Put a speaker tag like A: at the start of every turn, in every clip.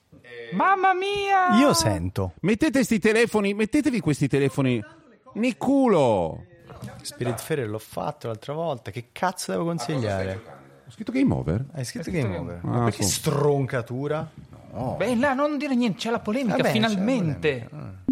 A: Mamma mia!
B: Io sento.
C: Mettetevi questi telefoni nel culo.
B: Spiritfarer l'ho fatto l'altra volta. Che cazzo devo consigliare?
C: Ho scritto Game Over?
B: Hai scritto Game Over? Ma perché stroncatura?
A: No. Beh, là, non dire niente, c'è la polemica,
B: Vabbè,
A: finalmente.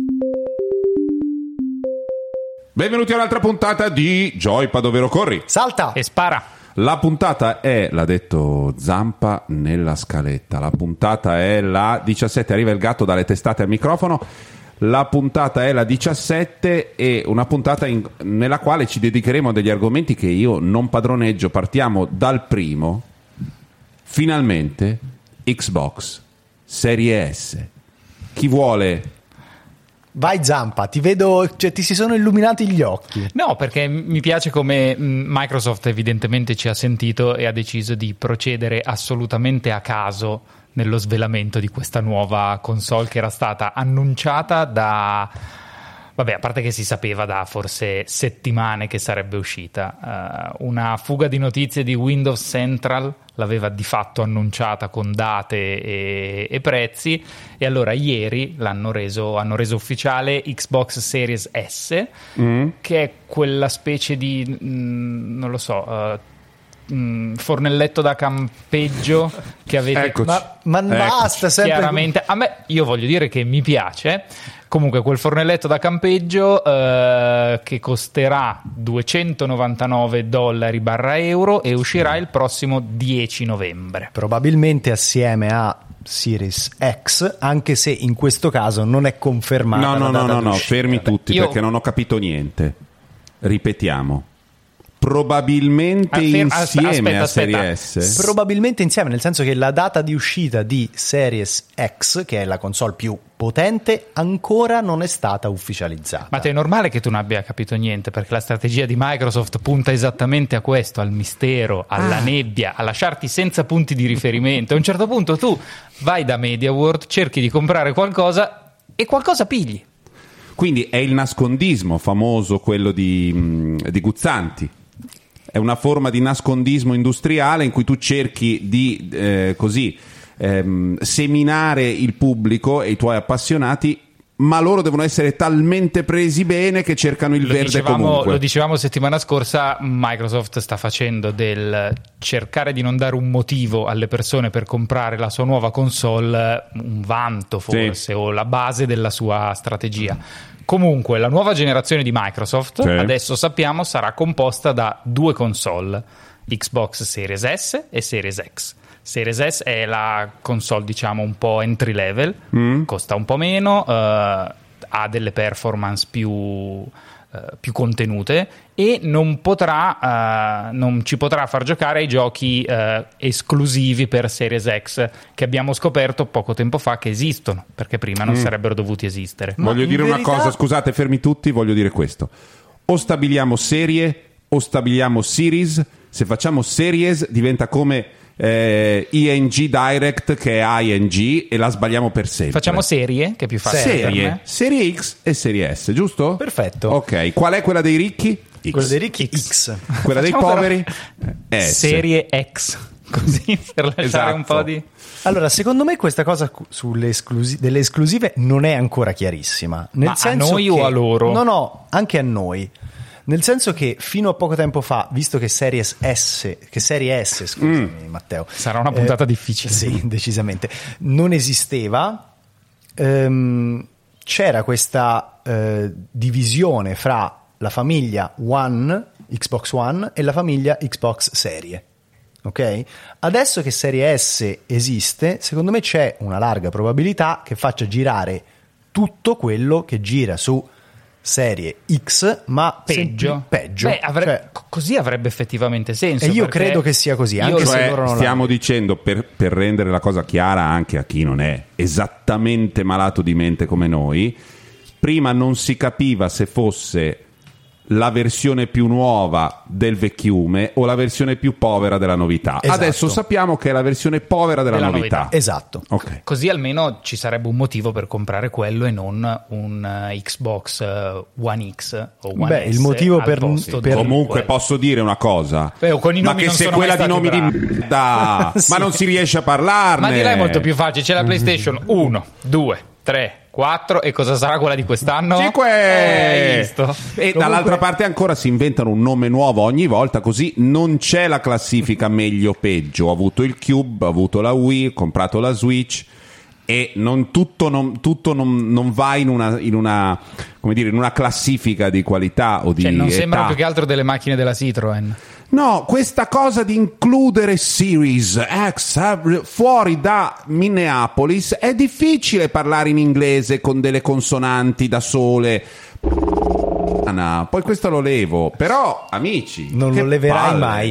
C: Benvenuti a un'altra puntata di Joypad, ovvero corri.
B: Salta!
A: E spara.
C: La puntata è, l'ha detto Zampa nella scaletta, la puntata è la 17, arriva il gatto dalle testate al microfono. La puntata è la 17 e una puntata nella quale ci dedicheremo a degli argomenti che io non padroneggio. Partiamo dal primo. Finalmente Xbox Serie S. Chi vuole?
B: Vai Zampa, ti vedo, cioè ti si sono illuminati gli occhi.
A: No, perché mi piace come Microsoft evidentemente ci ha sentito e ha deciso di procedere assolutamente a caso nello svelamento di questa nuova console che era stata annunciata da... Vabbè, a parte che si sapeva da forse settimane che sarebbe uscita. Una fuga di notizie di Windows Central l'aveva di fatto annunciata con date e prezzi, e allora ieri hanno reso ufficiale Xbox Series S, che è quella specie di, non lo so... fornelletto da campeggio che avete.
C: Eccoci.
B: Ma basta sempre.
A: Chiaramente a me, io voglio dire che mi piace comunque quel fornelletto da campeggio che costerà $299/euro e uscirà il prossimo 10 novembre,
B: probabilmente assieme a Series X, anche se in questo caso non è confermata.
C: No, fermi tutti, perché non ho capito niente. Ripetiamo. Probabilmente insieme a Serie S.
B: Probabilmente insieme, nel senso che la data di uscita di Series X, che è la console più potente, ancora non è stata ufficializzata.
A: Ma è normale che tu non abbia capito niente, perché la strategia di Microsoft punta esattamente a questo, al mistero, alla nebbia, a lasciarti senza punti di riferimento. A un certo punto tu vai da MediaWorld, cerchi di comprare qualcosa e qualcosa pigli.
C: Quindi è il nascondismo famoso, quello di Guzzanti. È una forma di nascondismo industriale in cui tu cerchi di seminare il pubblico e i tuoi appassionati, ma loro devono essere talmente presi bene che cercano il verde comunque.
A: Lo dicevamo settimana scorsa, Microsoft sta facendo del cercare di non dare un motivo alle persone per comprare la sua nuova console un vanto forse, sì, o la base della sua strategia. Comunque la nuova generazione di Microsoft, sì, adesso sappiamo sarà composta da due console, Xbox Series S e Series X. Series S è la console diciamo un po' entry level, costa un po' meno, ha delle performance più contenute e non ci potrà far giocare ai giochi esclusivi per Series X, che abbiamo scoperto poco tempo fa che esistono, perché prima non sarebbero dovuti esistere.
C: Voglio dire una cosa, scusate, fermi tutti, voglio dire questo: o stabiliamo serie o stabiliamo series. Se facciamo series diventa come ING Direct, che è ING, e la sbagliamo per sempre.
A: Facciamo serie, che è più facile.
C: Serie X e Serie S, giusto?
B: Perfetto.
C: Ok, qual è quella dei ricchi? X.
B: Quella dei ricchi X.
C: Quella dei poveri? S.
A: Serie X, così per lasciare un po' di...
B: Allora, secondo me questa cosa delle esclusive non è ancora chiarissima. Nel senso
A: a noi o a loro?
B: No, anche a noi. Nel senso che fino a poco tempo fa, visto che Serie S, scusami Matteo,
A: sarà una puntata difficile.
B: Sì, decisamente, non esisteva, c'era questa divisione fra la famiglia One, Xbox One, e la famiglia Xbox Serie. Ok? Adesso che Serie S esiste, secondo me c'è una larga probabilità che faccia girare tutto quello che gira su Serie X, ma peggio.
A: Beh, così avrebbe effettivamente senso.
B: E io credo che sia così, anche se loro non
C: stiamo dicendo, per rendere la cosa chiara anche a chi non è esattamente malato di mente come noi, prima non si capiva se fosse la versione più nuova del vecchiume o la versione più povera della novità.
B: Esatto.
C: Adesso sappiamo che è la versione povera della novità.
B: Esatto.
C: Ok.
A: Così almeno ci sarebbe un motivo per comprare quello e non un Xbox One X o One
B: Beh,
A: S
B: il motivo
A: al
B: per-
A: posto
B: per-
A: di
C: Comunque
A: quello.
C: posso dire una cosa,
A: Con i
C: ma
A: nomi
C: che
A: non
C: se
A: sono
C: quella
A: mai
C: di
A: stati
C: nomi
A: bravi.
C: di merda,
B: Sì.
C: ma non si riesce a parlarne.
A: Ma di là è molto più facile, c'è la PlayStation 1, 2, 3, 4 e cosa sarà quella di quest'anno?
C: 5!
A: Hai visto?
C: E dall'altra parte ancora si inventano un nome nuovo ogni volta, così non c'è la classifica meglio o peggio. Ho avuto il Cube, ho avuto la Wii, ho comprato la Switch e tutto non va in una come dire, in una classifica di qualità o di
A: Cioè, non sembrano
C: età.
A: più che altro delle macchine della Citroen.
C: No, questa cosa di includere Series X fuori da Minneapolis è difficile parlare in inglese con delle consonanti da sole. Poi questo lo levo, però amici,
B: Non
C: che
B: lo leverai
C: palle.
B: mai.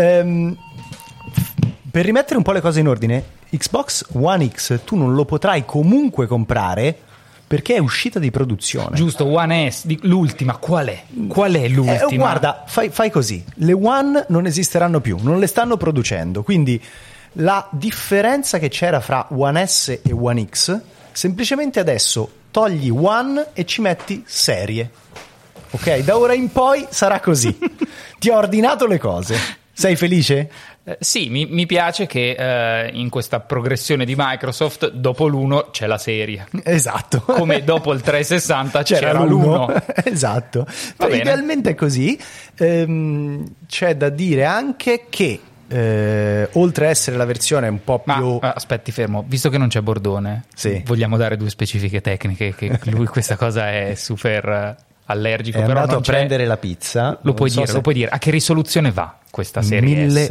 B: Per rimettere un po' le cose in ordine, Xbox One X tu non lo potrai comunque comprare perché è uscita di produzione.
A: Giusto, One S, l'ultima, qual è? Qual è l'ultima?
B: Guarda, fai così, le One non esisteranno più, non le stanno producendo, quindi la differenza che c'era fra One S e One X, semplicemente adesso togli One e ci metti serie. Ok, da ora in poi sarà così. Ti ho ordinato le cose. Sei felice?
A: Sì, mi piace che in questa progressione di Microsoft dopo l'1 c'è la serie.
B: Esatto.
A: Come dopo il 360 c'era
B: l'uno.
A: l'1.
B: Esatto.
A: Va bene.
B: Idealmente è così. C'è da dire anche che oltre a essere la versione un po'
A: Ma
B: più...
A: aspetti, fermo, visto che non c'è Bordone,
B: Sì.
A: vogliamo dare due specifiche tecniche, che lui questa cosa è super allergico,
B: È
A: però
B: andato
A: non
B: a
A: c'è...
B: prendere la pizza.
A: Lo puoi
B: Non so
A: dire,
B: se-
A: lo puoi dire. A che risoluzione va questa serie S?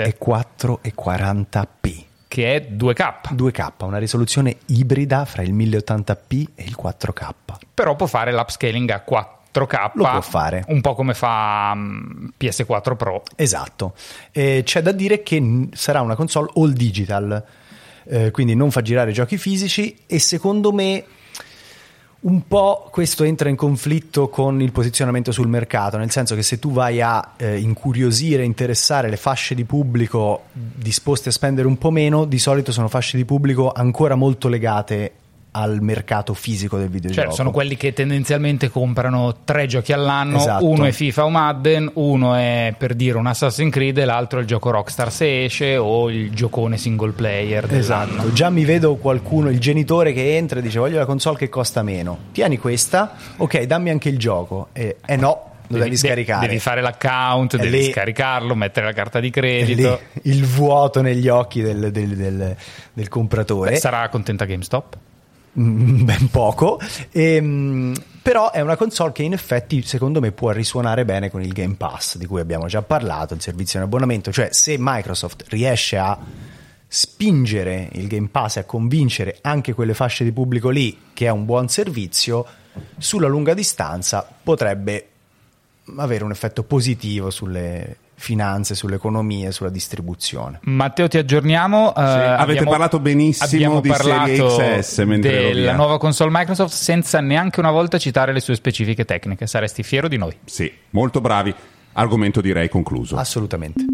B: 1440p.
A: Che è 2K,
B: 2K, una risoluzione ibrida fra il 1080p e il 4K.
A: però può fare l'upscaling a 4K.
B: Lo può fare.
A: Un po' come fa PS4 Pro.
B: Esatto. C'è da dire che sarà una console all digital, quindi non fa girare giochi fisici e secondo me un po' questo entra in conflitto con il posizionamento sul mercato, nel senso che se tu vai a incuriosire, interessare le fasce di pubblico disposte a spendere un po' meno, di solito sono fasce di pubblico ancora molto legate al mercato fisico del videogioco.
A: Cioè, sono quelli che tendenzialmente comprano 3 giochi all'anno,
B: Esatto.
A: uno è FIFA o Madden, uno è, per dire, un Assassin's Creed e l'altro è il gioco Rockstar se esce o il giocone single player dell'anno.
B: Esatto, già mi vedo qualcuno, il genitore che entra e dice voglio la console che costa meno, tieni questa, ok, dammi anche il gioco, no, lo devi scaricare,
A: Devi fare l'account,
B: È
A: devi
B: lì.
A: scaricarlo, mettere la carta di
B: È
A: credito.
B: lì il vuoto negli occhi del compratore.
A: Sarà contenta GameStop?
B: Ben poco, però è una console che in effetti secondo me può risuonare bene con il Game Pass di cui abbiamo già parlato, il servizio in abbonamento, cioè se Microsoft riesce a spingere il Game Pass e a convincere anche quelle fasce di pubblico lì che è un buon servizio, sulla lunga distanza potrebbe avere un effetto positivo sulle finanze, sull'economia, sulla distribuzione.
A: Matteo, ti aggiorniamo.
C: Avete parlato benissimo di serie XS mentre ero
A: della
C: via.
A: nuova console Microsoft senza neanche una volta citare le sue specifiche tecniche. Saresti fiero di noi.
C: Sì, molto bravi. Argomento direi concluso.
B: Assolutamente.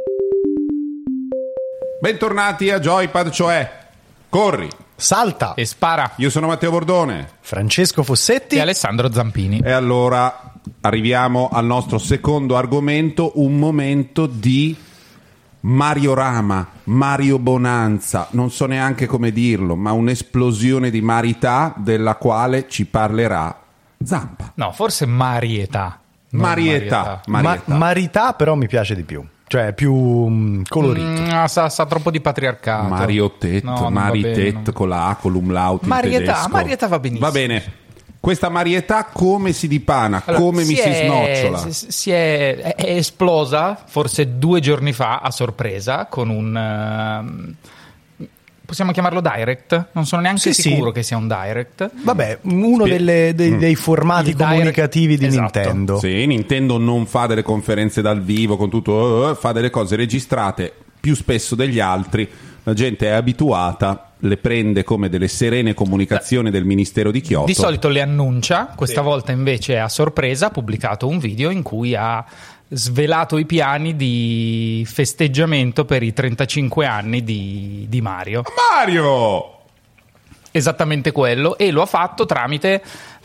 C: Bentornati a Joypad, cioè corri.
B: Salta!
A: E spara.
C: Io sono Matteo Bordone
B: Francesco Fossetti.
A: E Alessandro Zampini.
C: e allora arriviamo al nostro secondo argomento, un momento di Mariorama, Mario Bonanza, non so neanche come dirlo, ma un'esplosione di marità della quale ci parlerà Zampa.
A: No, forse Marietà. Non
C: Marietà.
B: Marità però mi piace di più, cioè è più colorito.
A: Sa troppo di patriarcato.
C: Mariottet,
A: No, non va bene,
C: Maritet
A: non-
C: con la A, con l'umlaut in
A: Marietà,
C: tedesco.
A: Marietà va benissimo.
C: Va bene. Questa Marietà come si dipana,
A: Allora,
C: come mi si snocciola?
A: È esplosa forse 2 giorni fa a sorpresa con un possiamo chiamarlo direct? Non sono neanche
B: Sì,
A: sicuro
B: sì.
A: che sia un direct.
B: Vabbè, uno dei formati
A: Il direct,
B: comunicativi di
A: esatto.
B: Nintendo.
C: Sì, Nintendo non fa delle conferenze dal vivo con tutto, fa delle cose registrate più spesso degli altri la gente è abituata, le prende come delle serene comunicazioni del Ministero di Kyoto.
A: Di solito le annuncia, questa volta invece a sorpresa ha pubblicato un video in cui ha svelato i piani di festeggiamento per i 35 anni di Mario.
C: Mario!
A: Esattamente quello, e lo ha fatto tramite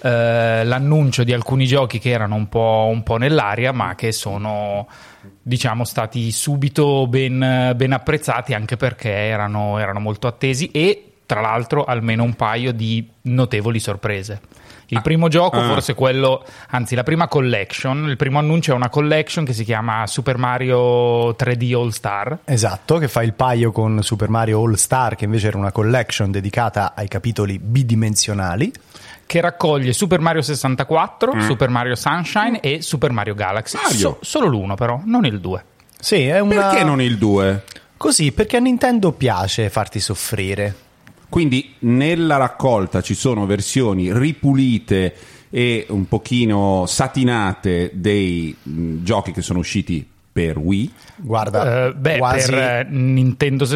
A: l'annuncio di alcuni giochi che erano un po' nell'aria, ma che sono, diciamo, stati subito ben apprezzati, anche perché erano molto attesi, e tra l'altro almeno un paio di notevoli sorprese. Il primo gioco, forse quello, anzi la prima collection, il primo annuncio è una collection che si chiama Super Mario 3D All Star.
B: Esatto, che fa il paio con Super Mario All Star, che invece era una collection dedicata ai capitoli bidimensionali.
A: Che raccoglie Super Mario 64, Super Mario Sunshine e Super Mario Galaxy. Solo l'uno però, non il 2.
B: Sì, è una...
C: Perché non il 2?
B: Così, perché a Nintendo piace farti soffrire.
C: Quindi nella raccolta ci sono versioni ripulite e un pochino satinate dei giochi che sono usciti per Wii.
B: Guarda, quasi...
A: per Nintendo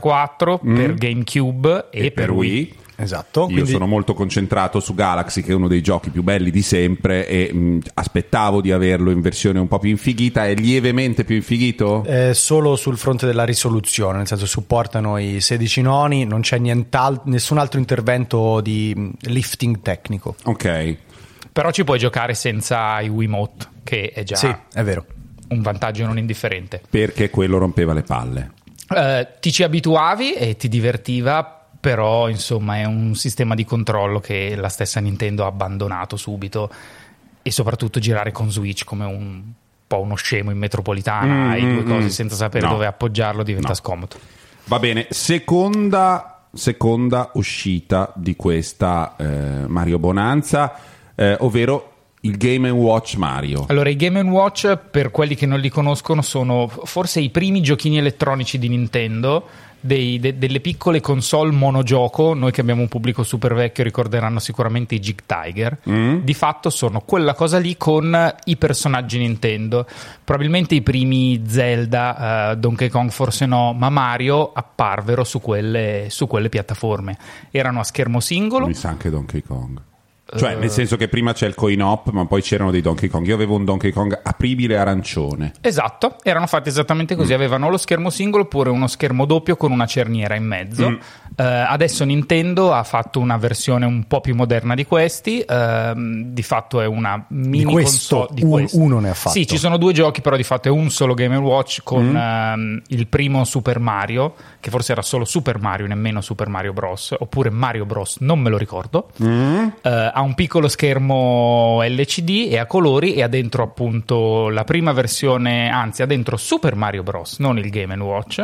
A: 64, per GameCube e per Wii.
B: Esatto.
C: Io sono molto concentrato su Galaxy, che è uno dei giochi più belli di sempre, e aspettavo di averlo in versione un po' più infighita. È lievemente più infighito?
B: Solo sul fronte della risoluzione, nel senso supportano i 16 noni, non c'è nessun altro intervento di lifting tecnico.
C: Ok.
A: Però ci puoi giocare senza i Wiimote, che è già
B: Sì, è vero.
A: un vantaggio non indifferente.
C: Perché quello rompeva le palle.
A: Ti ci abituavi e ti divertiva, però insomma è un sistema di controllo che la stessa Nintendo ha abbandonato subito, e soprattutto girare con Switch come un po' uno scemo in metropolitana, i due cose senza sapere dove appoggiarlo diventa scomodo.
C: Va bene, seconda uscita di questa Mario Bonanza, ovvero il Game & Watch Mario.
A: Allora, i Game & Watch, per quelli che non li conoscono, sono forse i primi giochini elettronici di Nintendo, delle piccole console monogioco. Noi che abbiamo un pubblico super vecchio ricorderanno sicuramente i Jig Tiger. Di fatto sono quella cosa lì con i personaggi Nintendo. Probabilmente i primi Zelda, Donkey Kong forse no, ma Mario apparvero su quelle piattaforme. Erano a schermo singolo.
C: Mi sa anche Donkey Kong. Cioè, nel senso che prima c'è il coin op, ma poi c'erano dei Donkey Kong. Io avevo un Donkey Kong apribile arancione.
A: Esatto, erano fatti esattamente così. Avevano lo schermo singolo oppure uno schermo doppio con una cerniera in mezzo. Adesso Nintendo ha fatto una versione un po' più moderna di questi. Di fatto è una mini console di questo.
B: Uno ne ha fatto.
A: Sì, ci sono due giochi, però di fatto è un solo Game & Watch con il primo Super Mario, che forse era solo Super Mario, nemmeno Super Mario Bros. Oppure Mario Bros, non me lo ricordo. Ha un piccolo schermo LCD e a colori, e ha dentro appunto la prima versione, anzi ha dentro Super Mario Bros, non il Game & Watch,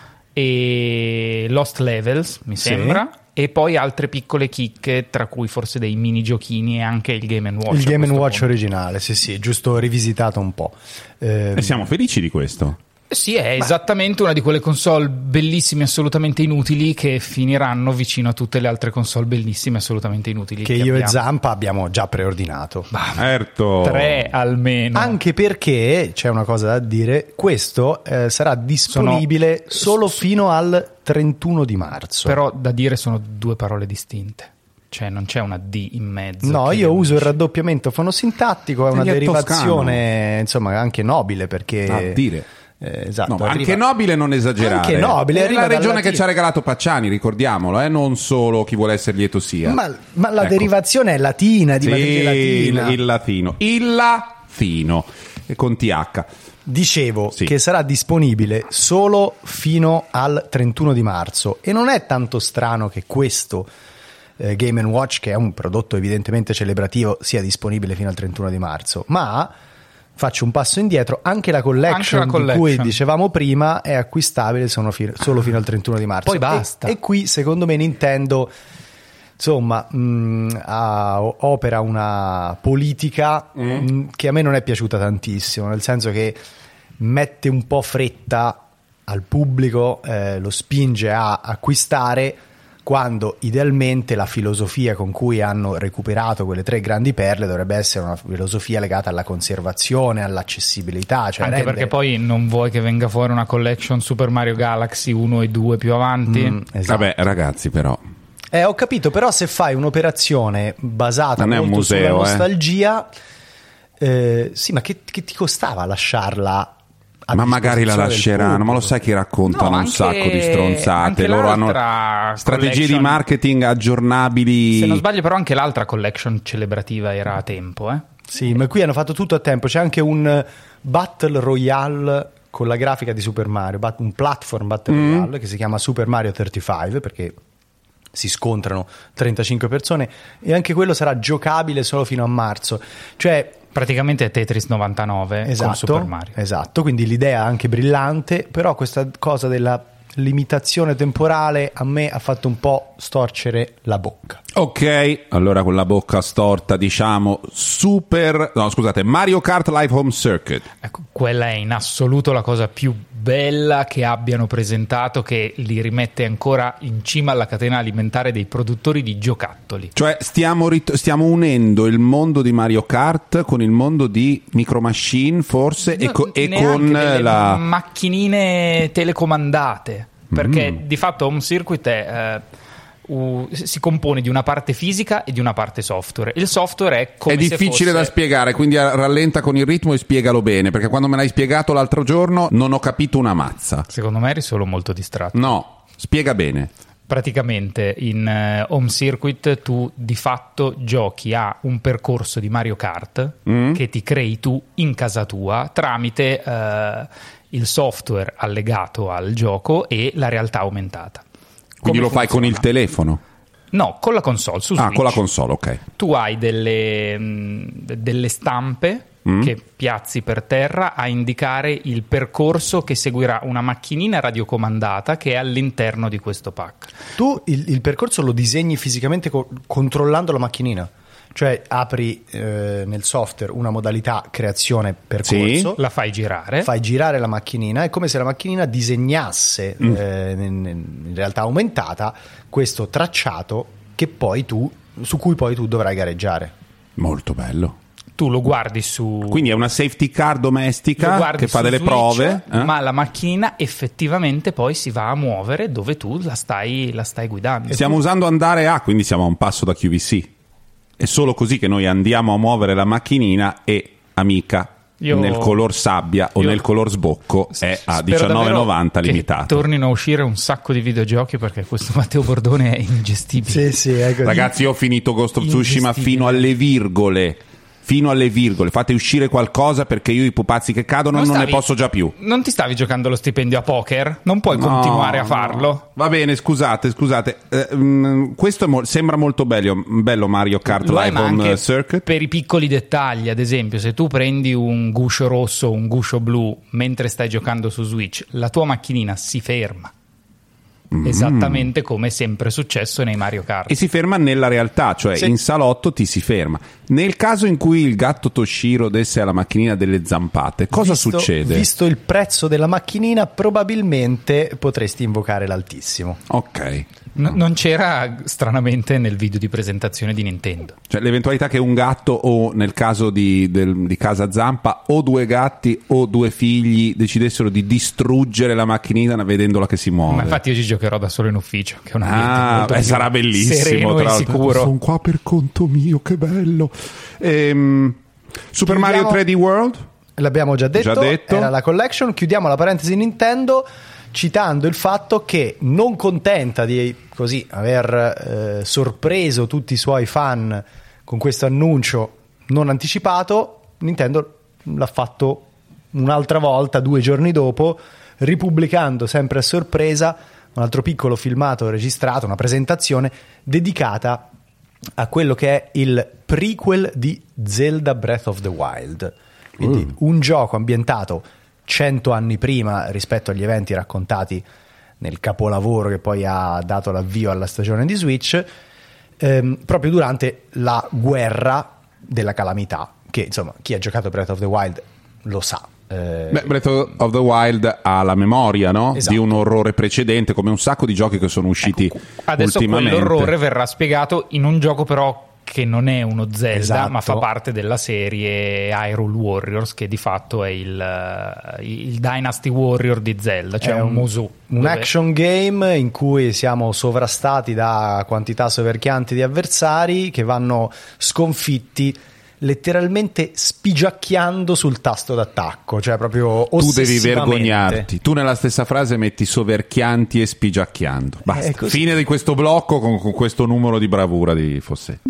A: e Lost Levels mi sembra, e poi altre piccole chicche, tra cui forse dei mini giochini e anche il Game & Watch.
B: Il Game & Watch originale, sì, giusto rivisitato un po'.
C: E siamo felici di questo.
A: Sì, è esattamente una di quelle console bellissime, assolutamente inutili, che finiranno vicino a tutte le altre console bellissime, assolutamente inutili.
B: Che io e Zampa abbiamo già preordinato.
C: Certo.
A: 3 almeno.
B: Anche perché, c'è una cosa da dire, questo sarà disponibile solo fino al 31 di marzo.
A: Però da dire sono due parole distinte. Cioè non c'è una D in mezzo.
B: No, io uso il raddoppiamento fonosintattico, è una
C: Quindi è
B: derivazione
C: toscano.
B: insomma anche nobile, perché...
C: A dire.
B: Esatto,
C: No, anche nobile non esagerare.
B: Anche nobile,
C: è la regione
B: dalla
C: che ci ha regalato Pacciani, ricordiamolo, non solo chi vuole essere lieto sia.
B: Ma la derivazione è latina, di matrice latina.
C: Il latino con TH.
B: Dicevo
C: Sì.
B: che sarà disponibile solo fino al 31 di marzo, e non è tanto strano che questo Game & Watch, che è un prodotto evidentemente celebrativo, sia disponibile fino al 31 di marzo, ma faccio un passo indietro, anche la collection di cui dicevamo prima è acquistabile solo fino al 31 di marzo.
A: Poi basta.
B: E qui secondo me Nintendo insomma opera una politica che a me non è piaciuta tantissimo, nel senso che mette un po' fretta al pubblico, lo spinge a acquistare quando idealmente la filosofia con cui hanno recuperato quelle 3 grandi perle dovrebbe essere una filosofia legata alla conservazione, all'accessibilità, cioè
A: anche perché poi non vuoi che venga fuori una collection Super Mario Galaxy 1 e 2 più avanti.
B: Esatto.
C: Vabbè, ragazzi, però
B: Ho capito, però se fai un'operazione basata
C: non è un
B: molto
C: museo,
B: sulla nostalgia, sì, ma che ti costava lasciarla?
C: Ma magari la lasceranno, ma lo
B: sai
C: sai che raccontano
A: No,
C: un sacco di
A: anche
C: stronzate. Loro hanno strategie di
A: collection,
C: marketing aggiornabili.
A: se non sbaglio, però anche l'altra collection celebrativa era a tempo,
B: Sì, ma qui hanno fatto tutto a tempo. C'è anche un Battle Royale con la grafica di Super Mario, un platform Battle Royale che si chiama Super Mario 35, perché si scontrano 35 persone, e anche quello sarà giocabile solo fino a marzo. Cioè,
A: praticamente è Tetris 99 con Super Mario.
B: Esatto, quindi l'idea è anche brillante, però questa cosa della limitazione temporale a me ha fatto un po' storcere la bocca.
C: Ok, allora con la bocca storta diciamo Mario Kart Live Home Circuit.
A: Ecco, quella è in assoluto la cosa più bella che abbiano presentato, che li rimette ancora in cima alla catena alimentare dei produttori di giocattoli.
C: Cioè stiamo unendo il mondo di Mario Kart con il mondo di Micro Machine forse e con
A: delle
C: la
A: macchinine telecomandate, perché di fatto Home Circuit si compone di una parte fisica e di una parte software. Il software è come
C: è difficile da spiegare, quindi rallenta con il ritmo e spiegalo bene, perché quando me l'hai spiegato l'altro giorno non ho capito una mazza.
A: Secondo me eri solo molto distratto.
C: No, spiega bene.
A: Praticamente in Home Circuit tu di fatto giochi a un percorso di Mario Kart che ti crei tu in casa tua tramite il software allegato al gioco e la realtà aumentata.
C: Quindi lo fai con il telefono?
A: No, con la console, su Switch.
C: Con la console, ok.
A: Tu hai delle stampe che piazzi per terra a indicare il percorso che seguirà una macchinina radiocomandata che è all'interno di questo pack.
B: Tu il percorso lo disegni fisicamente controllando la macchinina? Cioè apri nel software una modalità creazione percorso,
A: la fai girare
B: la macchinina, è come se la macchinina disegnasse in realtà aumentata questo tracciato su cui poi tu dovrai gareggiare.
C: Molto bello.
A: Tu lo guardi su...
C: Quindi è una safety car domestica che fa delle
A: Switch,
C: prove.
A: Ma la macchina effettivamente poi si va a muovere dove tu la stai guidando.
C: Stiamo usando andare a, quindi siamo a un passo da QVC. È solo così che noi andiamo a muovere la macchinina e amica nel color sabbia o nel color sbocco è a 19,90 limitato.
A: Tornino a uscire un sacco di videogiochi, perché questo Matteo Bordone è ingestibile.
B: Sì, è così.
C: Ragazzi, io ho finito Ghost of Tsushima fino alle virgole. Fate uscire qualcosa, perché io i pupazzi che cadono non ne posso già più.
A: Non ti stavi giocando lo stipendio a poker? Non puoi continuare a farlo?
C: No. Va bene, scusate. Questo sembra molto bello Mario Kart Live Home Circuit.
A: Per i piccoli dettagli, ad esempio, se tu prendi un guscio rosso o un guscio blu mentre stai giocando su Switch, la tua macchinina si ferma. Esattamente come è sempre successo nei Mario Kart.
C: E si ferma nella realtà, cioè in salotto ti si ferma. Nel caso in cui il gatto Toshiro desse alla macchinina delle zampate, cosa succede?
B: Visto il prezzo della macchinina, probabilmente potresti invocare l'Altissimo.
C: Ok.
A: Non c'era stranamente nel video di presentazione di Nintendo.
C: Cioè l'eventualità che un gatto, o nel caso di Casa Zampa, o 2 gatti o 2 figli decidessero di distruggere la macchinina vedendola che si muove.
A: Ma infatti io ci giocherò da solo in ufficio, che è un ambiente molto
C: sarà bellissimo,
A: sereno e sicuro.
C: Sono qua per conto mio, che bello. Super Mario 3D World?
B: L'abbiamo già detto, era la collection. Chiudiamo la parentesi Nintendo citando il fatto che, non contenta di così aver sorpreso tutti i suoi fan con questo annuncio non anticipato, Nintendo l'ha fatto un'altra volta 2 giorni dopo, ripubblicando sempre a sorpresa un altro piccolo filmato registrato, una presentazione dedicata a quello che è il prequel di Zelda Breath of the Wild, quindi un gioco ambientato 100 anni prima rispetto agli eventi raccontati nel capolavoro che poi ha dato l'avvio alla stagione di Switch, proprio durante la guerra della calamità, che insomma chi ha giocato Breath of the Wild lo sa.
C: Breath of the Wild ha la memoria, no?
B: Esatto.
C: Di un orrore precedente, come un sacco di giochi che sono usciti
A: Adesso
C: ultimamente.
A: quell'orrore verrà spiegato in un gioco però che non è uno Zelda,
B: Esatto.
A: ma fa parte della serie Hyrule Warriors, che di fatto è il Dynasty Warrior di Zelda, cioè
B: È
A: un Musou.
B: un action game in cui siamo sovrastati da quantità soverchianti di avversari che vanno sconfitti letteralmente spigiacchiando sul tasto d'attacco, cioè proprio
C: Tu devi
B: ossessivamente.
C: vergognarti. Tu nella stessa frase metti soverchianti e spigiacchiando. Basta.
B: così.
C: Fine di questo blocco con questo numero di bravura di Fossetti.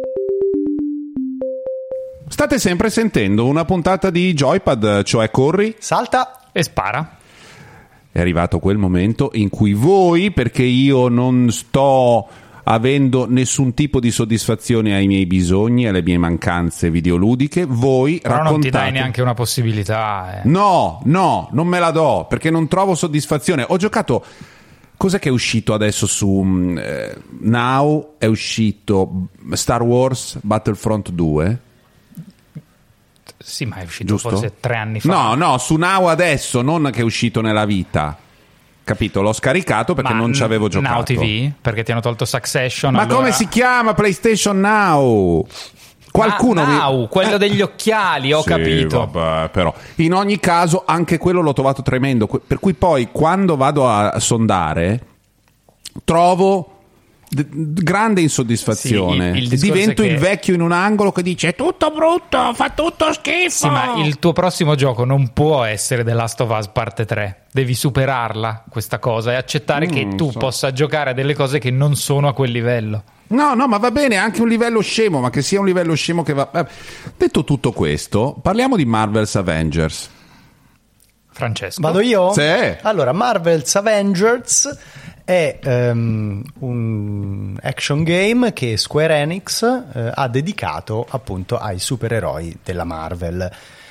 C: State sempre sentendo una puntata di Joypad, cioè corri.
B: Salta.
A: E spara.
C: È arrivato quel momento in cui voi, perché io non sto avendo nessun tipo di soddisfazione ai miei bisogni, alle mie mancanze videoludiche, voi
A: Però
C: raccontate.
A: non ti dai neanche una possibilità.
C: No, non me la do, perché non trovo soddisfazione. Ho giocato... Cos'è che è uscito adesso su Now? È uscito Star Wars Battlefront 2?
A: Sì, ma è uscito
C: Giusto?
A: forse 3 anni fa.
C: No, su Now adesso, non che è uscito nella vita. Capito? L'ho scaricato perché
A: Ma
C: non ci avevo giocato.
A: Now TV? Perché ti hanno tolto Succession.
C: Ma
A: allora...
C: come si chiama PlayStation Now? Qualcuno
A: Now, quello degli occhiali, ho
C: Sì,
A: capito.
C: Vabbè, però in ogni caso anche quello l'ho trovato tremendo, per cui poi quando vado a sondare trovo grande insoddisfazione.
A: Sì, il discorso
C: divento
A: è che-
C: il vecchio in un angolo che dice è tutto brutto, fa tutto schifo.
A: Sì, ma il tuo prossimo gioco non può essere The Last of Us parte 3. Devi superarla, questa cosa, e accettare che tu possa giocare a delle cose che non sono a quel livello.
C: No, ma va bene, anche un livello scemo, ma che sia un livello scemo che va... Detto tutto questo, parliamo di Marvel's Avengers.
A: Francesco.
B: Vado io?
C: Sì.
B: Allora, Marvel's Avengers è un action game che Square Enix ha dedicato appunto ai supereroi della Marvel.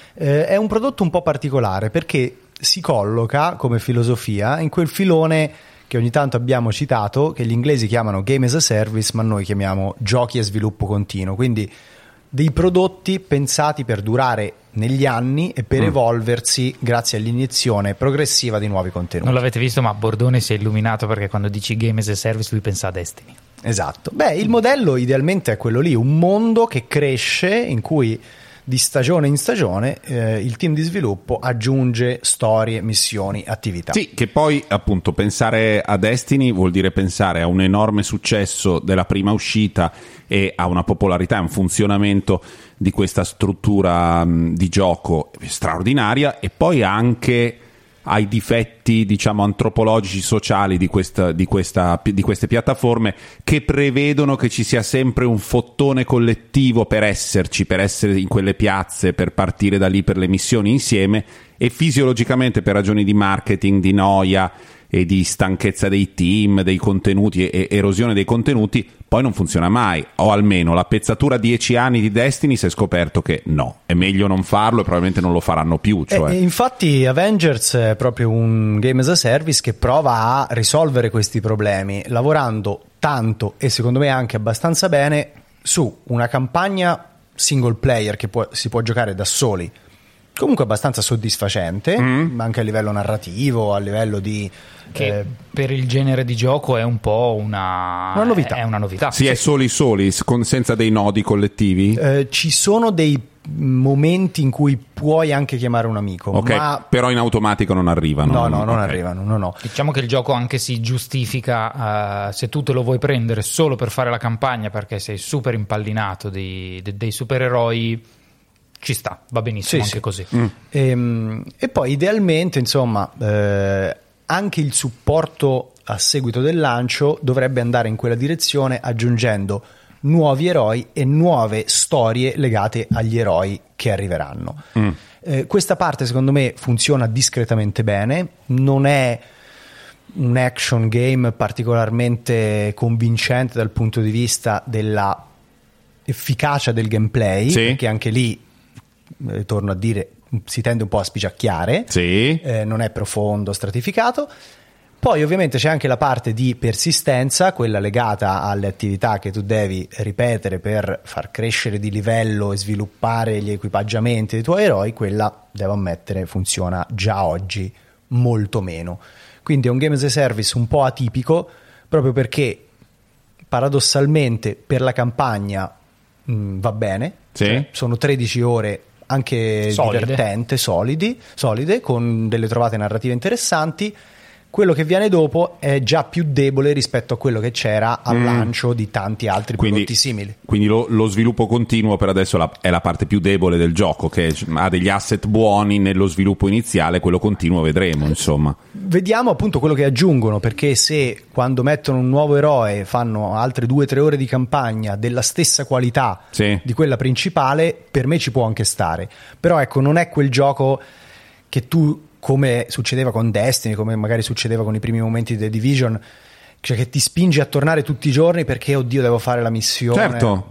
B: È un prodotto un po' particolare perché si colloca come filosofia in quel filone che ogni tanto abbiamo citato, che gli inglesi chiamano Game as a Service, ma noi chiamiamo giochi a sviluppo continuo, quindi dei prodotti pensati per durare negli anni e per evolversi grazie all'iniezione progressiva di nuovi contenuti.
A: Non l'avete visto, ma Bordone si è illuminato perché quando dici Game as a Service lui pensa a Destiny.
B: Esatto. Beh, il modello idealmente è quello lì, un mondo che cresce in cui di stagione in stagione il team di sviluppo aggiunge storie, missioni, attività.
C: Sì, che poi appunto pensare a Destiny vuol dire pensare a un enorme successo della prima uscita e a una popolarità e un funzionamento di questa struttura di gioco straordinaria, e poi anche ai difetti, diciamo, antropologici, sociali di queste piattaforme, che prevedono che ci sia sempre un fottone collettivo per essere in quelle piazze, per partire da lì per le missioni insieme, e fisiologicamente per ragioni di marketing, di noia e di stanchezza dei team, dei contenuti e erosione dei contenuti, poi non funziona mai, o almeno la pezzatura 10 anni di Destiny si è scoperto che no, è meglio non farlo e probabilmente non lo faranno più. Cioè.
B: Infatti Avengers è proprio un game as a service che prova a risolvere questi problemi, lavorando tanto e secondo me anche abbastanza bene su una campagna single player che si può giocare da soli, comunque abbastanza soddisfacente, anche a livello narrativo, a livello di...
A: Che per il genere di gioco è un po' una
B: novità.
A: È una novità.
C: Si è soli, senza dei nodi collettivi?
B: Ci sono dei momenti in cui puoi anche chiamare un amico,
C: Ok,
B: ma
C: però in automatico non arrivano.
B: non
C: Ok.
B: arrivano, no.
A: Diciamo che il gioco anche si giustifica se tu te lo vuoi prendere solo per fare la campagna perché sei super impallinato dei supereroi, ci sta, va benissimo
B: Sì,
A: anche
B: sì.
A: così.
B: E poi idealmente, insomma, anche il supporto a seguito del lancio dovrebbe andare in quella direzione, aggiungendo nuovi eroi e nuove storie legate agli eroi che arriveranno. Questa parte secondo me funziona discretamente bene, non è un action game particolarmente convincente dal punto di vista della efficacia del gameplay,
C: Sì.
B: perché anche lì torno a dire si tende un po' a spicciacchiare,
C: Sì.
B: non è profondo, stratificato, Poi ovviamente c'è anche la parte di persistenza, quella legata alle attività che tu devi ripetere per far crescere di livello e sviluppare gli equipaggiamenti dei tuoi eroi. Quella, devo ammettere, funziona già oggi molto meno. Quindi è un game as a service un po' atipico, proprio perché paradossalmente per la campagna va bene,
C: Sì.
B: cioè, sono 13 ore anche divertente, solide, con delle trovate narrative interessanti. Quello che viene dopo è già più debole rispetto a quello che c'era al lancio di tanti altri prodotti simili.
C: Quindi lo sviluppo continuo per adesso è la parte più debole del gioco, che ha degli asset buoni nello sviluppo iniziale, quello continuo vedremo, insomma.
B: Vediamo appunto quello che aggiungono, perché se quando mettono un nuovo eroe fanno altre 2-3 ore di campagna della stessa qualità di quella principale, per me ci può anche stare. Però ecco, non è quel gioco che tu, come succedeva con Destiny, come magari succedeva con i primi momenti di The Division, cioè che ti spinge a tornare tutti i giorni perché oddio devo fare la missione.
C: Certo.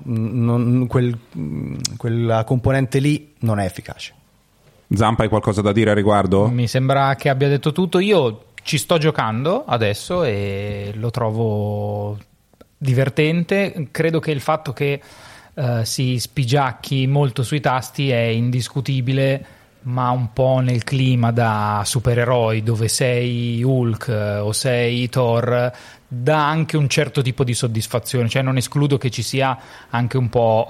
B: Quella componente lì non è efficace.
C: Zampa, hai qualcosa da dire a riguardo?
A: Mi sembra che abbia detto tutto. Io ci sto giocando adesso e lo trovo divertente. Credo che il fatto che si spigiacchi molto sui tasti è indiscutibile, ma un po' nel clima da supereroi dove sei Hulk o sei Thor dà anche un certo tipo di soddisfazione, cioè non escludo che ci sia anche un po'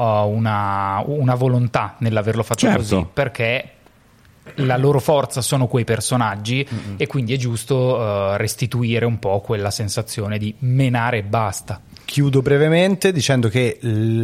A: una volontà nell'averlo fatto così, perché la loro forza sono quei personaggi e quindi è giusto restituire un po' quella sensazione di menare e basta.
B: Chiudo brevemente dicendo che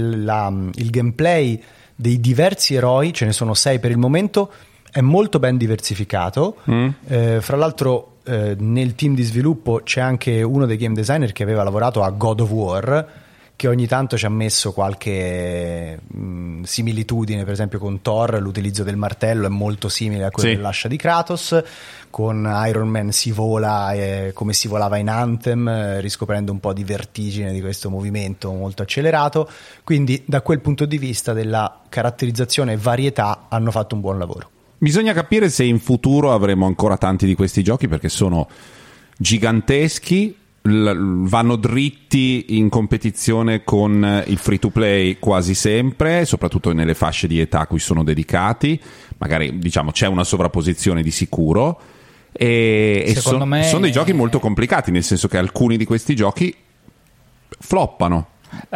B: il gameplay dei diversi eroi, ce ne sono 6 per il momento, è molto ben diversificato. Fra l'altro nel team di sviluppo c'è anche uno dei game designer che aveva lavorato a God of War, che ogni tanto ci ha messo qualche similitudine, per esempio con Thor l'utilizzo del martello è molto simile a quello dell'ascia di Kratos, con Iron Man si vola come si volava in Anthem, riscoprendo un po' di vertigine di questo movimento molto accelerato. Quindi da quel punto di vista della caratterizzazione e varietà hanno fatto un buon lavoro.
C: Bisogna capire se in futuro avremo ancora tanti di questi giochi, perché sono giganteschi, vanno dritti in competizione con il free to play quasi sempre, soprattutto nelle fasce di età a cui sono dedicati. Magari diciamo c'è una sovrapposizione di sicuro e
A: Secondo me
C: sono dei giochi molto complicati, nel senso che alcuni di questi giochi floppano.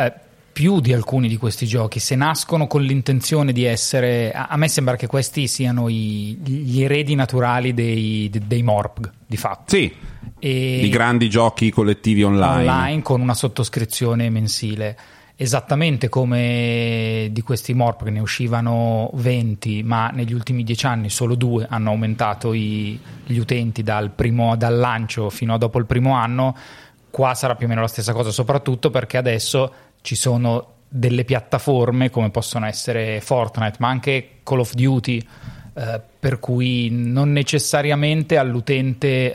A: Più di alcuni di questi giochi, se nascono con l'intenzione di essere, a me sembra che questi siano gli eredi naturali dei Morpg di fatto, di
C: grandi giochi collettivi online
A: con una sottoscrizione mensile, esattamente come di questi Morpg ne uscivano 20, ma negli ultimi 10 anni solo 2 hanno aumentato gli utenti dal lancio fino a dopo il primo anno. Qua sarà più o meno la stessa cosa, soprattutto perché adesso ci sono delle piattaforme come possono essere Fortnite, ma anche Call of Duty, per cui non necessariamente l'utente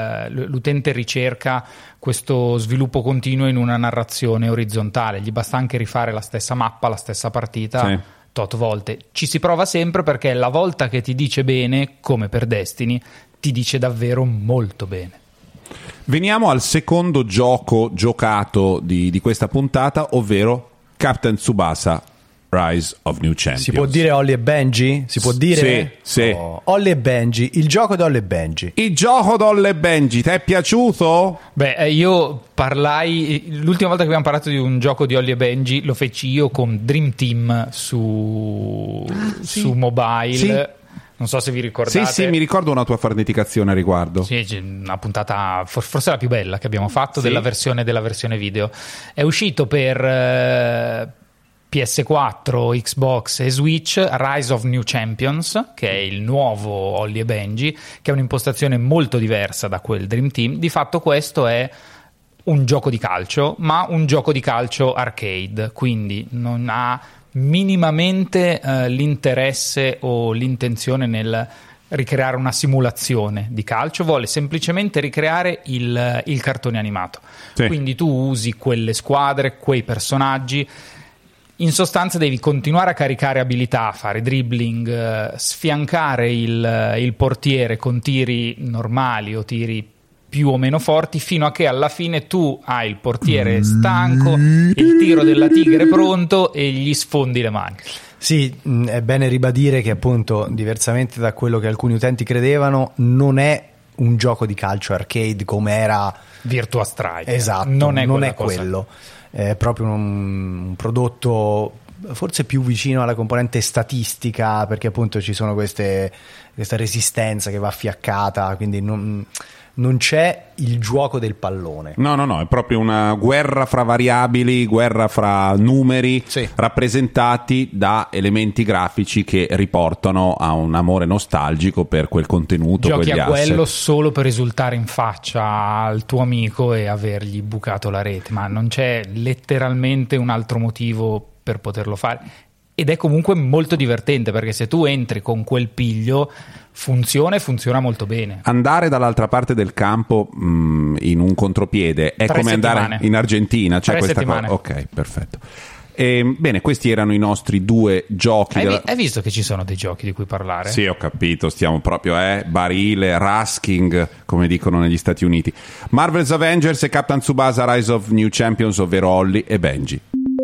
A: ricerca questo sviluppo continuo in una narrazione orizzontale, gli basta anche rifare la stessa mappa, la stessa partita tot volte. Ci si prova sempre perché la volta che ti dice bene, come per Destiny, ti dice davvero molto bene.
C: Veniamo al secondo gioco giocato di questa puntata, ovvero Captain Tsubasa Rise of New Champions.
B: Si può dire Holly e Benji? Si può dire?
C: Sì.
B: Holly e Benji, il gioco di Holly e Benji.
C: Il gioco di Holly e Benji, ti è piaciuto?
A: Beh, io l'ultima volta che abbiamo parlato di un gioco di Holly e Benji lo feci io con Dream Team su mobile. Sì. Non so se vi ricordate.
C: Sì, mi ricordo una tua farneticazione a riguardo.
A: Sì, una puntata forse la più bella che abbiamo fatto della versione video. È uscito per PS4, Xbox e Switch Rise of New Champions, che è il nuovo Holly e Benji, che è un'impostazione molto diversa da quel Dream Team. Di fatto questo è un gioco di calcio, ma un gioco di calcio arcade, quindi non ha minimamente l'interesse o l'intenzione nel ricreare una simulazione di calcio, vuole semplicemente ricreare il cartone animato. Quindi tu usi quelle squadre, quei personaggi, in sostanza devi continuare a caricare abilità, fare dribbling, sfiancare il portiere con tiri normali o tiri più o meno forti, fino a che alla fine tu hai il portiere stanco, il tiro della tigre pronto e gli sfondi le mani.
B: Sì, è bene ribadire che appunto, diversamente da quello che alcuni utenti credevano, non è un gioco di calcio arcade come era
A: Virtua Striker.
B: Esatto, non è quello. È proprio un prodotto forse più vicino alla componente statistica, perché appunto ci sono questa resistenza che va affiaccata, quindi non c'è il gioco del pallone.
C: No, è proprio una guerra fra variabili, guerra fra numeri,
B: sì,
C: rappresentati da elementi grafici che riportano a un amore nostalgico per quel contenuto.
A: Giochi
C: quegli
A: a quello
C: asset.
A: solo per risultare in faccia al tuo amico e avergli bucato la rete, ma non c'è letteralmente un altro motivo per poterlo fare. Ed è comunque molto divertente, perché se tu entri con quel piglio funziona molto bene.
C: Andare dall'altra parte del campo in un contropiede è
A: 3
C: come
A: settimane.
C: andare in Argentina, c'è
A: 3
C: questa
A: settimane.
C: cosa. Ok, perfetto. Bene, questi erano i nostri 2 giochi.
A: Hai visto che ci sono dei giochi di cui parlare?
C: Sì, ho capito, stiamo proprio barile, rasking, come dicono negli Stati Uniti. Marvel's Avengers e Captain Tsubasa Rise of New Champions, ovvero Holly e Benji.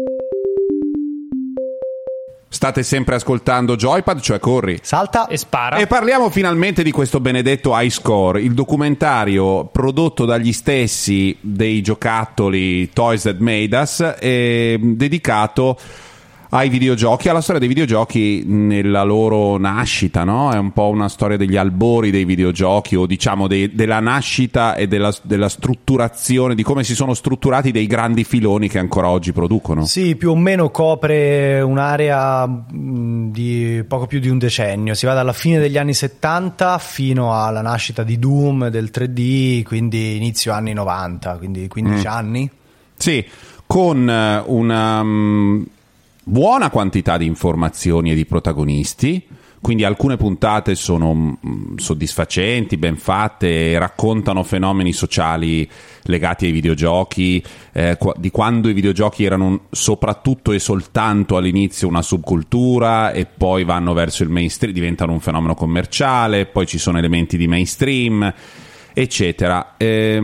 C: State sempre ascoltando Joypad, cioè corri,
B: salta
A: e spara.
C: E parliamo finalmente di questo benedetto High Score, il documentario prodotto dagli stessi dei giocattoli Toys That Made Us, dedicato ai videogiochi, alla storia dei videogiochi nella loro nascita, no? È un po' una storia degli albori dei videogiochi, o diciamo della nascita e della strutturazione, di come si sono strutturati dei grandi filoni che ancora oggi producono.
B: Sì, più o meno copre un'area di poco più di un decennio. Si va dalla fine degli anni 70 fino alla nascita di Doom, del 3D, quindi inizio anni 90, quindi 15 anni.
C: Sì, con una buona quantità di informazioni e di protagonisti, quindi alcune puntate sono soddisfacenti, ben fatte, raccontano fenomeni sociali legati ai videogiochi, di quando i videogiochi erano soprattutto e soltanto all'inizio una subcultura e poi vanno verso il mainstream, diventano un fenomeno commerciale, poi ci sono elementi di mainstream, eccetera.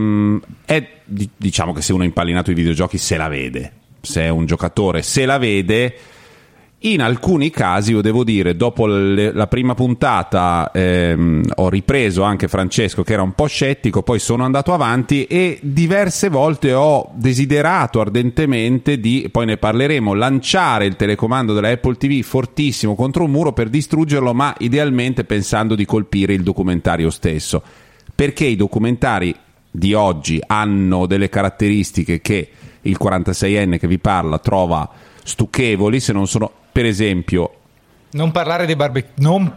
C: Diciamo che se uno è impallinato ai videogiochi se la vede. Se è un giocatore se la vede. In alcuni casi, io devo dire, dopo la prima puntata ho ripreso anche Francesco, che era un po' scettico, poi sono andato avanti e diverse volte ho desiderato ardentemente poi ne parleremo, lanciare il telecomando della Apple TV fortissimo contro un muro per distruggerlo, ma idealmente pensando di colpire il documentario stesso, perché i documentari di oggi hanno delle caratteristiche che il 46enne che vi parla trova stucchevoli, se non sono, per esempio,
A: non parlare dei barbecue.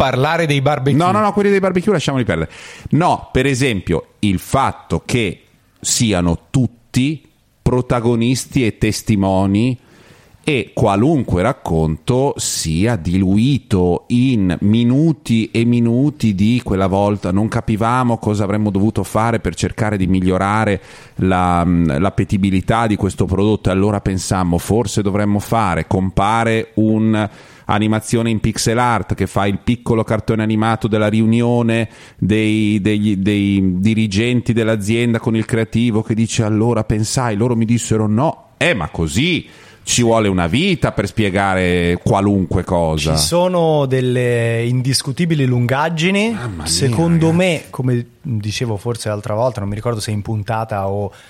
C: No, quelli dei barbecue lasciamoli perdere. No, per esempio, il fatto che siano tutti protagonisti e testimoni e qualunque racconto sia diluito in minuti e minuti di quella volta non capivamo cosa avremmo dovuto fare per cercare di migliorare l'appetibilità di questo prodotto, e allora pensammo forse dovremmo compare un'animazione in pixel art che fa il piccolo cartone animato della riunione dei dirigenti dell'azienda con il creativo che dice allora pensai, loro mi dissero no, ma così ci vuole una vita per spiegare qualunque cosa.
B: Ci sono delle indiscutibili lungaggini. Secondo me, come dicevo forse l'altra volta, non mi ricordo se in puntata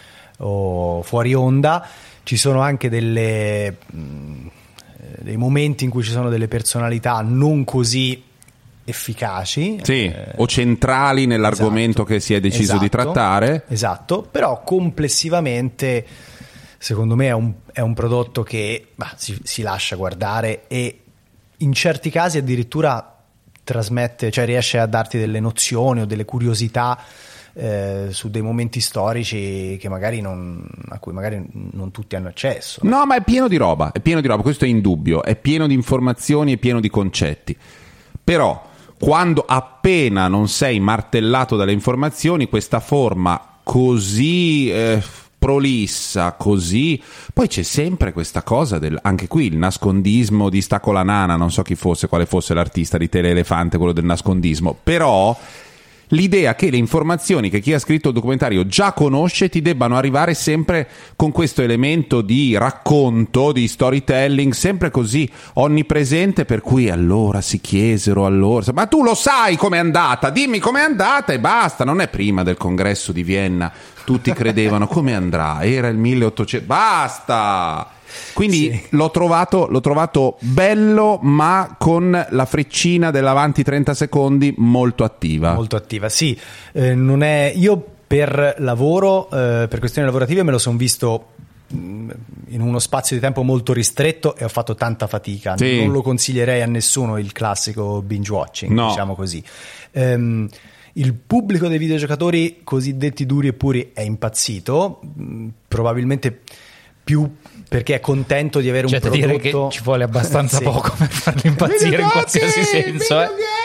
B: o fuori onda, ci sono anche dei momenti in cui ci sono delle personalità non così efficaci,
C: sì, o centrali nell'argomento, esatto, che si è deciso di trattare.
B: Esatto, però complessivamente secondo me è un prodotto che si lascia guardare e in certi casi addirittura trasmette, cioè riesce a darti delle nozioni o delle curiosità su dei momenti storici che a cui magari non tutti hanno accesso.
C: No, ma è pieno di roba, questo è indubbio, è pieno di informazioni, è pieno di concetti. Però quando appena non sei martellato dalle informazioni, questa forma così prolissa, così poi c'è sempre questa cosa anche qui il nascondismo di Sta con la nana, non so quale fosse l'artista di Tele Elefante, quello del nascondismo, però l'idea che le informazioni che chi ha scritto il documentario già conosce ti debbano arrivare sempre con questo elemento di racconto, di storytelling, sempre così onnipresente, per cui allora si chiesero, ma tu lo sai com'è andata, dimmi com'è andata e basta, non è prima del congresso di Vienna, tutti credevano come andrà, era il 1800, basta! Quindi sì. L'ho trovato bello, ma con la freccina dell'avanti 30 secondi molto attiva.
B: Molto attiva, sì. Non è... Io per lavoro, per questioni lavorative me lo sono visto in uno spazio di tempo molto ristretto e ho fatto tanta fatica. Sì. Non lo consiglierei a nessuno il classico binge watching, no. Diciamo così. Il pubblico dei videogiocatori cosiddetti duri e puri è impazzito, probabilmente più perché è contento di avere un prodotto.
A: Dire che ci vuole abbastanza sì. poco per farli impazzire in qualsiasi senso.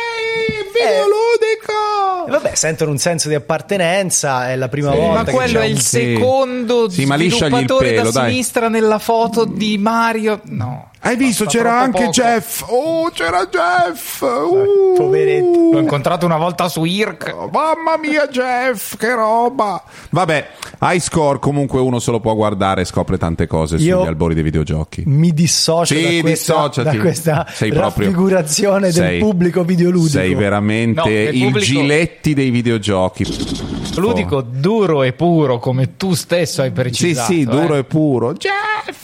B: Videoludico! Vabbè, sentono un senso di appartenenza, è la prima volta.
A: Ma quello è il secondo sviluppatore da sinistra nella foto di Mario. No.
C: Hai visto? C'era anche poco. Jeff. Oh, c'era Jeff.
B: Poveretto.
A: L'ho incontrato una volta su IRC.
C: Oh, mamma mia, Jeff, che roba. Vabbè, High Score comunque uno se lo può guardare e scopre tante cose sugli albori dei videogiochi.
B: Mi dissocio da questa raffigurazione del pubblico videoludico.
C: Sei veramente il Giletti dei videogiochi.
A: Ludico duro e puro, come tu stesso hai precisato.
C: Sì, duro e puro. Jeff!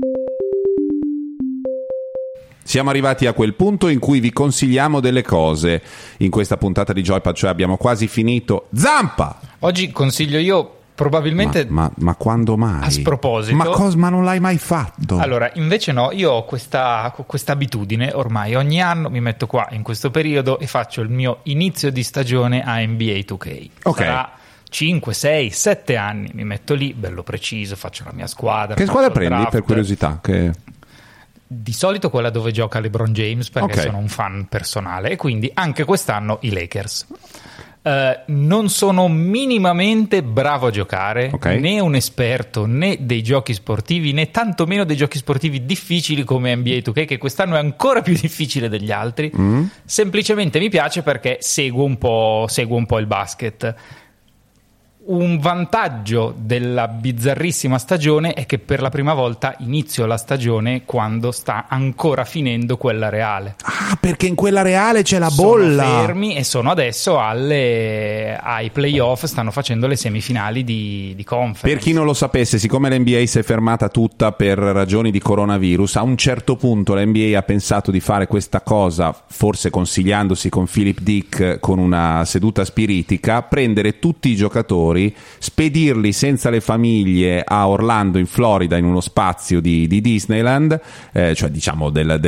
C: Siamo arrivati a quel punto in cui vi consigliamo delle cose in questa puntata di Joypad, cioè abbiamo quasi finito. Zampa!
A: Oggi consiglio io probabilmente...
C: Ma quando mai?
A: A sproposito...
C: Ma non l'hai mai fatto?
A: Allora, invece no, io ho questa abitudine, ormai ogni anno mi metto qua in questo periodo e faccio il mio inizio di stagione a NBA 2K.
C: Ok.
A: Sarà 5, 6, 7 anni, mi metto lì, bello preciso, faccio la mia squadra.
C: Che squadra prendi, draft. Per curiosità?
A: Di solito quella dove gioca LeBron James, perché sono un fan personale, e quindi anche quest'anno i Lakers. Non sono minimamente bravo a giocare, né un esperto né dei giochi sportivi, né tantomeno dei giochi sportivi difficili come NBA 2K, che quest'anno è ancora più difficile degli altri. Semplicemente mi piace perché seguo un po' il basket. Un vantaggio della bizzarrissima stagione è che per la prima volta inizio la stagione quando sta ancora finendo quella reale.
C: Ah, perché in quella reale c'è la bolla.
A: Sono fermi e sono adesso ai playoff, stanno facendo le semifinali di conference.
C: Per chi non lo sapesse, siccome l'NBA si è fermata tutta per ragioni di coronavirus, a un certo punto l'NBA ha pensato di fare questa cosa, forse consigliandosi con Philip Dick con una seduta spiritica, prendere tutti i giocatori, spedirli senza le famiglie a Orlando in Florida, in uno spazio di Disneyland, cioè diciamo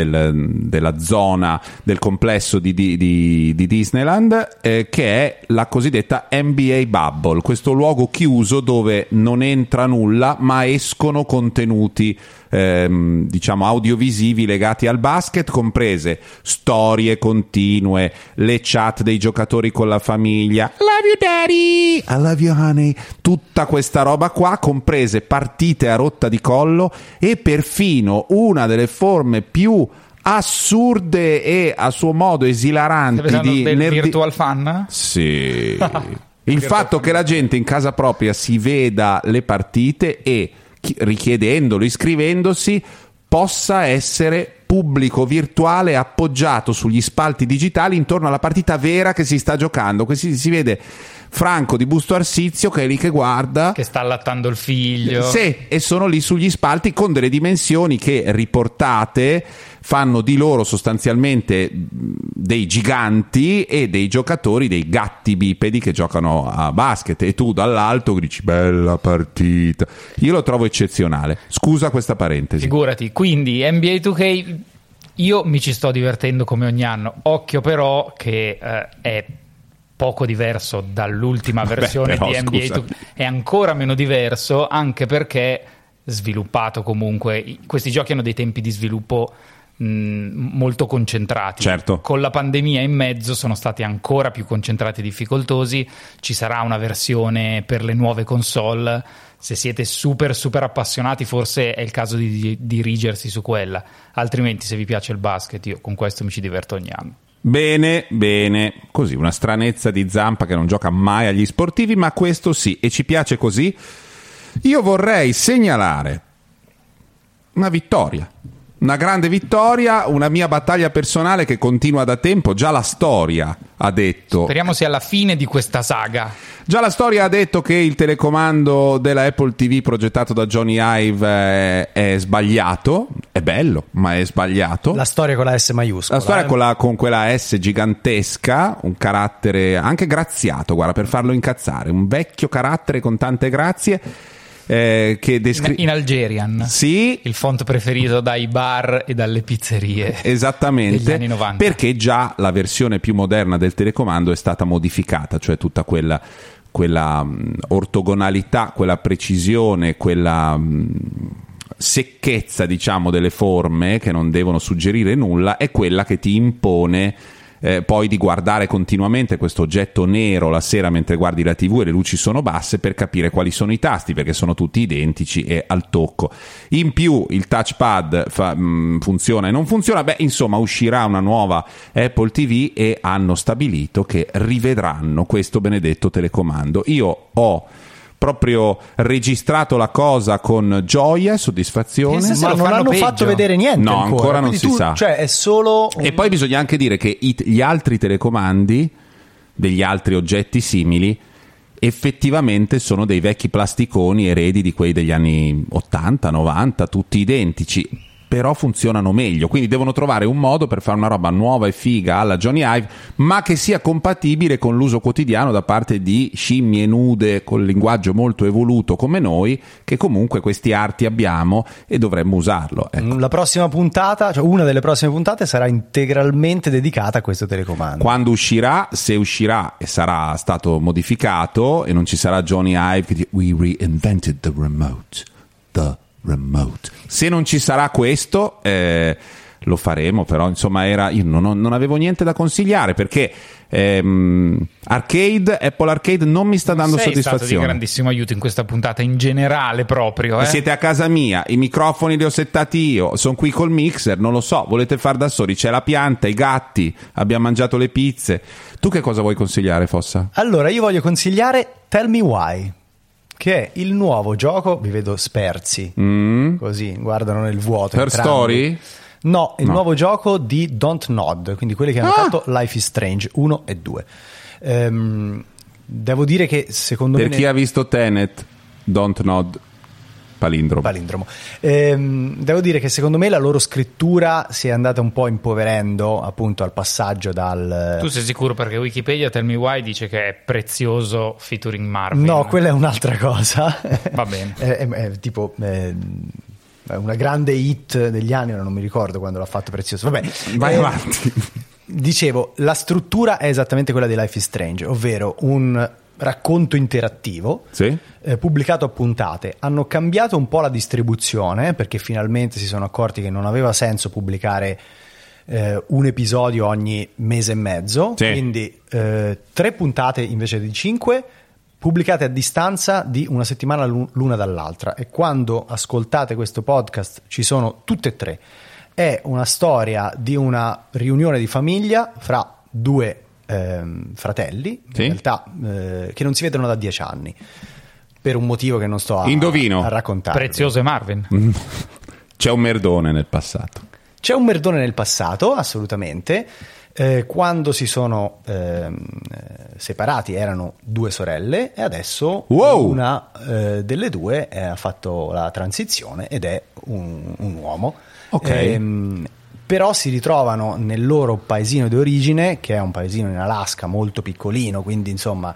C: della zona del complesso di Disneyland, che è la cosiddetta NBA Bubble, questo luogo chiuso dove non entra nulla ma escono contenuti diciamo audiovisivi legati al basket, comprese storie continue, le chat dei giocatori con la famiglia, love you daddy, I love you honey, tutta questa roba qua, comprese partite a rotta di collo e perfino una delle forme più assurde e a suo modo esilaranti di
A: virtual fan?
C: Sì. Il fatto che la gente in casa propria si veda le partite e richiedendolo, iscrivendosi, possa essere pubblico virtuale appoggiato sugli spalti digitali intorno alla partita vera che si sta giocando. Così si vede Franco di Busto Arsizio che è lì che guarda,
A: che sta allattando il figlio,
C: sì, e sono lì sugli spalti con delle dimensioni che riportate fanno di loro sostanzialmente dei giganti e dei giocatori, dei gatti bipedi che giocano a basket, e tu dall'alto dici bella partita. Io lo trovo eccezionale. Scusa questa parentesi.
A: Figurati. Quindi NBA 2K io mi ci sto divertendo come ogni anno. Occhio però che è poco diverso dall'ultima versione di NBA 2K, è ancora meno diverso, anche perché sviluppato comunque, questi giochi hanno dei tempi di sviluppo molto concentrati.
C: Certo.
A: Con la pandemia in mezzo sono stati ancora più concentrati e difficoltosi. Ci sarà una versione per le nuove console. Se siete super appassionati forse è il caso di dirigersi su quella, altrimenti se vi piace il basket io con questo mi ci diverto ogni anno.
C: Bene, così una stranezza di Zampa che non gioca mai agli sportivi, ma questo sì, e ci piace così. Io vorrei segnalare una vittoria, una grande vittoria, una mia battaglia personale che continua da tempo. Già la storia ha detto,
A: speriamo sia la fine di questa saga.
C: Già la storia ha detto che il telecomando della Apple TV progettato da Johnny Ive è sbagliato, è bello, ma è sbagliato.
B: La storia con la S maiuscola.
C: La storia con quella S gigantesca, un carattere anche graziato, guarda, per farlo incazzare, un vecchio carattere con tante grazie. Che
A: in Algerian,
C: sì,
A: il font preferito dai bar e dalle pizzerie,
C: esattamente,
A: degli anni 90,
C: perché già la versione più moderna del telecomando è stata modificata, cioè tutta quella ortogonalità, quella precisione, quella secchezza, diciamo, delle forme che non devono suggerire nulla, è quella che ti impone poi di guardare continuamente questo oggetto nero la sera mentre guardi la TV e le luci sono basse, per capire quali sono i tasti, perché sono tutti identici e al tocco. In più il touchpad funziona e non funziona. Insomma, uscirà una nuova Apple TV e hanno stabilito che rivedranno questo benedetto telecomando. Io ho proprio registrato la cosa con gioia e soddisfazione.
B: Ma non hanno fatto vedere niente.
C: No, ancora non si sa.
B: Cioè è solo.
C: E poi bisogna anche dire che gli altri telecomandi degli altri oggetti simili effettivamente sono dei vecchi plasticoni eredi di quei degli anni 80, 90, tutti identici, però funzionano meglio, quindi devono trovare un modo per fare una roba nuova e figa alla Johnny Ive, ma che sia compatibile con l'uso quotidiano da parte di scimmie nude col linguaggio molto evoluto come noi, che comunque questi arti abbiamo e dovremmo usarlo. Ecco.
B: La prossima puntata, cioè una delle prossime puntate, sarà integralmente dedicata a questo telecomando.
C: Quando uscirà, se uscirà e sarà stato modificato e non ci sarà Johnny Ive che dice "We reinvented the remote. Se non ci sarà questo lo faremo, però insomma io non avevo niente da consigliare, perché Apple Arcade non mi sta dando soddisfazione. Sei
A: stato di grandissimo aiuto in questa puntata in generale proprio.
C: Siete a casa mia, i microfoni li ho settati io, sono qui col mixer, non lo so, volete far da soli, c'è la pianta, i gatti, abbiamo mangiato le pizze. Tu che cosa vuoi consigliare, Fossa?
B: Allora, io voglio consigliare Tell Me Why, che è il nuovo gioco, vi vedo spersi, così, guardano nel vuoto.
C: Per Story?
B: No, il nuovo gioco di Don't Nod, quindi quelli che hanno fatto Life is Strange 1 e 2. Devo dire che secondo me...
C: Per chi ha visto Tenet, Don't Nod, palindromo.
B: Devo dire che secondo me la loro scrittura si è andata un po' impoverendo appunto al passaggio dal...
A: Tu sei sicuro? Perché Wikipedia Tell Me Why dice che è prezioso featuring Marvel.
B: No, quella è un'altra cosa.
A: Va bene.
B: È tipo... una grande hit degli anni, non mi ricordo quando l'ha fatto prezioso. Vabbè,
C: vai avanti.
B: Dicevo, la struttura è esattamente quella di Life is Strange, ovvero un racconto interattivo,
C: sì,
B: pubblicato a puntate. Hanno cambiato un po' la distribuzione, perché finalmente si sono accorti che non aveva senso pubblicare un episodio ogni mese e mezzo,
C: sì.
B: Quindi 3 puntate invece di 5, pubblicate a distanza di una settimana l'una dall'altra, e quando ascoltate questo podcast ci sono tutte e 3. È una storia di una riunione di famiglia fra 2 fratelli,
C: sì,
B: in realtà che non si vedono da 10 anni, per un motivo che non sto a raccontare.
A: Prezioso e Marvin.
C: C'è un merdone nel passato.
B: C'è un merdone nel passato, assolutamente. Quando si sono separati erano 2 sorelle, e adesso una delle 2 ha fatto la transizione ed è un uomo.
C: Ok.
B: Però si ritrovano nel loro paesino di origine, che è un paesino in Alaska molto piccolino, quindi insomma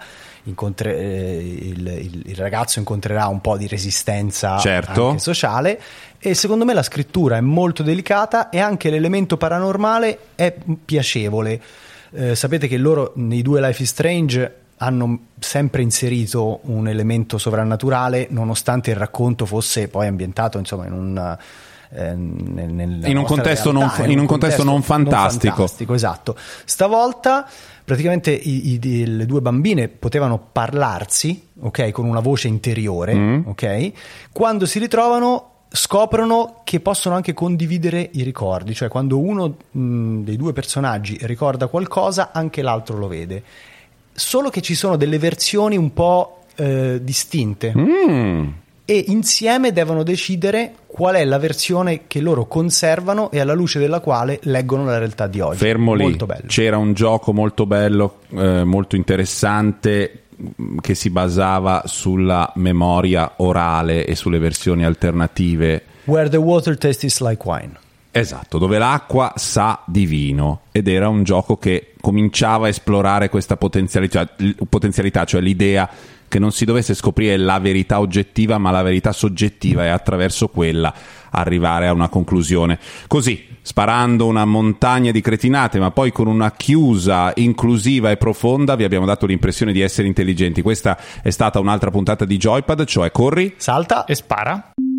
B: il ragazzo incontrerà un po' di resistenza, certo, anche sociale. E secondo me la scrittura è molto delicata e anche l'elemento paranormale è piacevole. Sapete che loro nei 2 Life is Strange hanno sempre inserito un elemento sovrannaturale, nonostante il racconto fosse poi ambientato insomma in un contesto
C: non fantastico.
B: Esatto. Stavolta praticamente le 2 bambine potevano parlarsi, ok, con una voce interiore, ok? Quando si ritrovano scoprono che possono anche condividere i ricordi, cioè quando uno dei due personaggi ricorda qualcosa, anche l'altro lo vede. Solo che ci sono delle versioni un po' distinte e insieme devono decidere qual è la versione che loro conservano e alla luce della quale leggono la realtà di oggi.
C: Fermo lì,
B: molto bello.
C: C'era un gioco molto bello, molto interessante, che si basava sulla memoria orale e sulle versioni alternative.
B: Where the water tastes like wine.
C: Esatto, dove l'acqua sa di vino, ed era un gioco che cominciava a esplorare questa potenzialità, cioè l'idea che non si dovesse scoprire la verità oggettiva ma la verità soggettiva, e attraverso quella arrivare a una conclusione. Così, sparando una montagna di cretinate ma poi con una chiusa inclusiva e profonda, vi abbiamo dato l'impressione di essere intelligenti. Questa è stata un'altra puntata di Joypad, cioè corri,
A: salta e spara.